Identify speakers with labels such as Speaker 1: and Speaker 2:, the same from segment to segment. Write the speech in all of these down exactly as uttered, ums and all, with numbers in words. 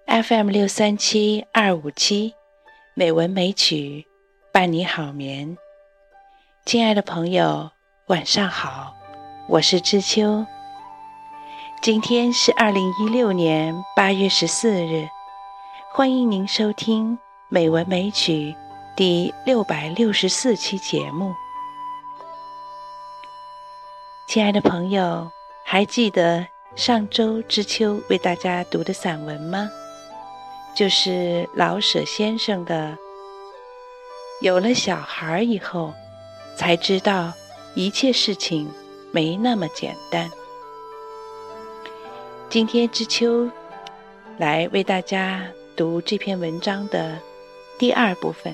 Speaker 1: F M 六三七二五七，美文美曲，伴你好眠。亲爱的朋友，晚上好，我是知秋。今天是二零一六年八月十四日，欢迎您收听美文美曲第六百六十四期节目。亲爱的朋友，还记得上周知秋为大家读的散文吗？就是老舍先生的有了小孩以后才知道一切事情没那么简单。今天知秋来为大家读这篇文章的第二部分。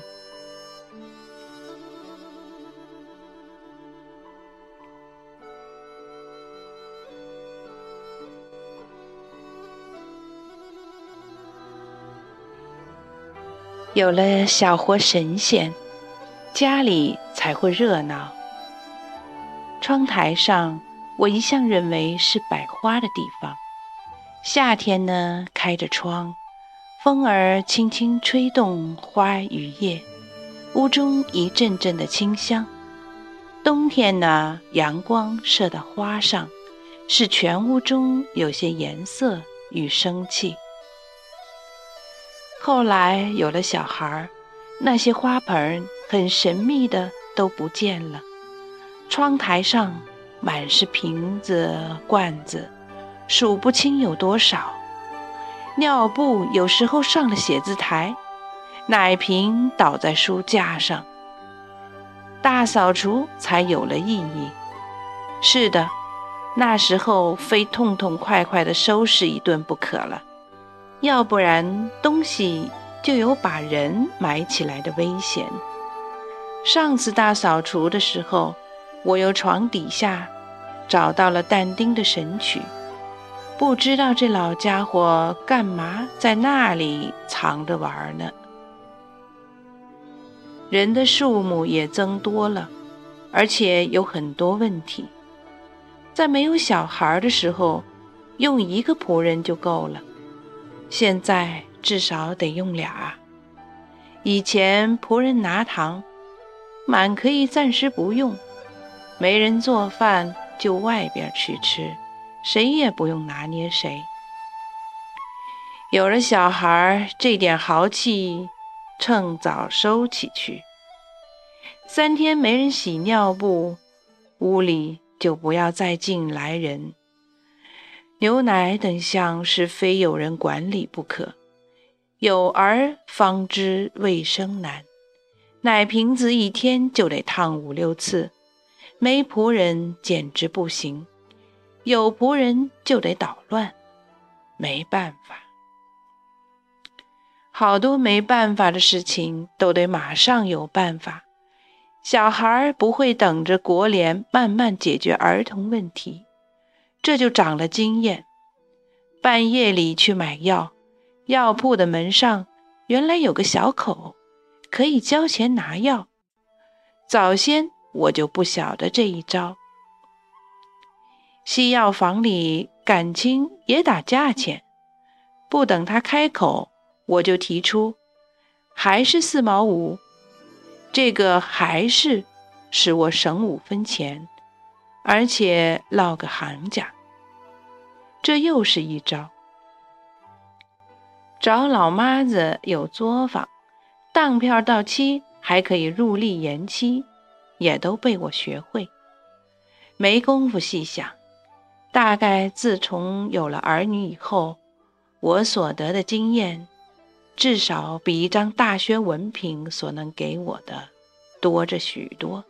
Speaker 1: 有了小活神仙，家里才会热闹。窗台上，我一向认为是摆花的地方。夏天呢，开着窗，风儿轻轻吹动花与叶，屋中一阵阵的清香。冬天呢，阳光射到花上，使全屋中有些颜色与生气。后来有了小孩，那些花盆很神秘的都不见了，窗台上满是瓶子罐子，数不清有多少。尿布有时候上了写字台，奶瓶倒在书架上。大扫除才有了意义。是的，那时候非痛痛快快地收拾一顿不可了，要不然东西就有把人埋起来的危险。上次大扫除的时候，我由床底下找到了但丁的神曲，不知道这老家伙干嘛在那里藏着玩呢。人的数目也增多了，而且有很多问题。在没有小孩的时候，用一个仆人就够了，现在至少得用俩。以前仆人拿糖，满可以暂时不用，没人做饭就外边去吃，谁也不用拿捏谁。有了小孩，这点豪气趁早收起去。三天没人洗尿布，屋里就不要再进来人。牛奶等项是非有人管理不可，有儿方知卫生难。奶瓶子一天就得烫五六次，没仆人简直不行，有仆人就得捣乱，没办法。好多没办法的事情都得马上有办法。小孩不会等着国联慢慢解决儿童问题，这就长了经验。半夜里去买药，药铺的门上原来有个小口，可以交钱拿药。早先我就不晓得这一招。西药房里感情也打价钱，不等他开口，我就提出还是四毛五。这个还是使我省五分钱，而且落个行家。这又是一招。找老妈子有作坊，当票到期还可以入例延期，也都被我学会。没工夫细想，大概自从有了儿女以后，我所得的经验至少比一张大学文凭所能给我的多着许多。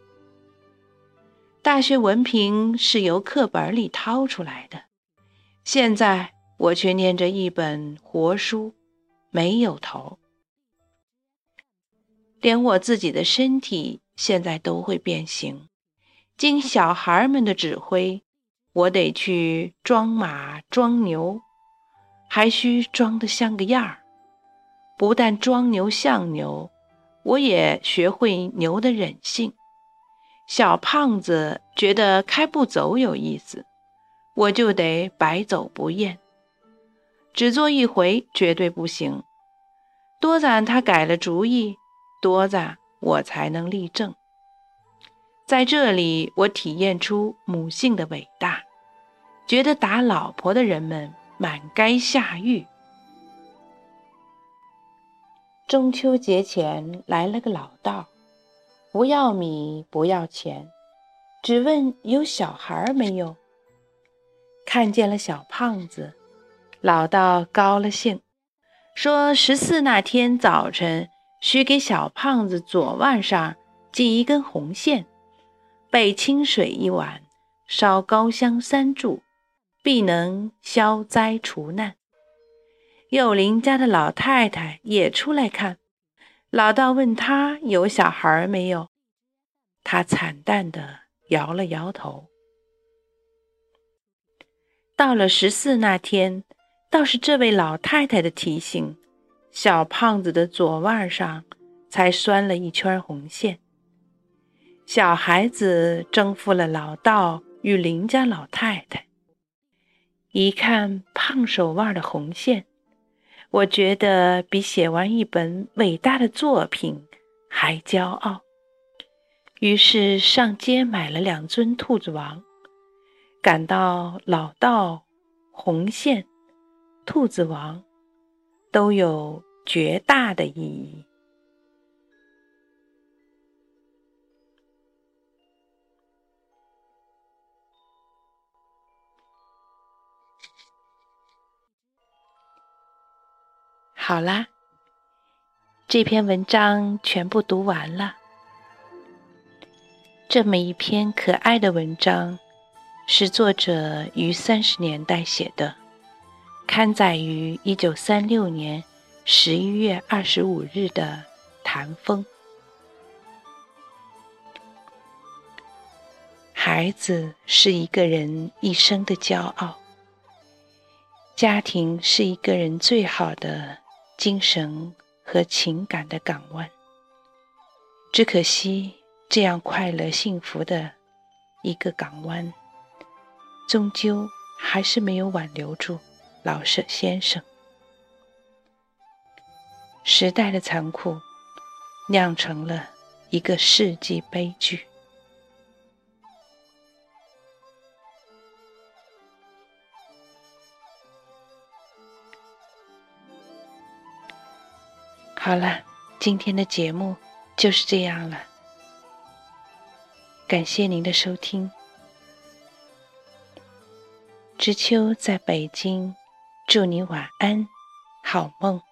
Speaker 1: 大学文凭是由课本里掏出来的，现在我却念着一本活书，没有头。连我自己的身体现在都会变形，经小孩们的指挥，我得去装马装牛，还需装得像个样儿。不但装牛像牛，我也学会牛的忍性。小胖子觉得开不走有意思，我就得白走不厌。 只做一回绝对不行。多攒他改了主意，多攒我才能立正。在这里，我体验出母性的伟大，觉得打老婆的人们满该下狱。中秋节前来了个老道，不要米，不要钱，只问有小孩没有。看见了小胖子，老道高了兴，说十四那天早晨需给小胖子左腕上系一根红线，备清水一碗，烧高香三炷，必能消灾除难。右邻家的老太太也出来看，老道问他有小孩没有，他惨淡地摇了摇头。到了十四那天，倒是这位老太太的提醒，小胖子的左腕上才拴了一圈红线。小孩子征服了老道与邻家老太太。一看胖手腕的红线，我觉得比写完一本伟大的作品还骄傲。于是上街买了两尊兔子王，感到老道、红线、兔子王都有绝大的意义。好啦，这篇文章全部读完了。这么一篇可爱的文章，是作者于三十年代写的，刊载于一九三六年十一月二十五日的《谈风》。孩子是一个人一生的骄傲，家庭是一个人最好的精神和情感的港湾。只可惜，这样快乐幸福的一个港湾，终究还是没有挽留住老舍先生。时代的残酷酿成了一个世纪悲剧。好了，今天的节目就是这样了，感谢您的收听。知秋在北京，祝你晚安，好梦。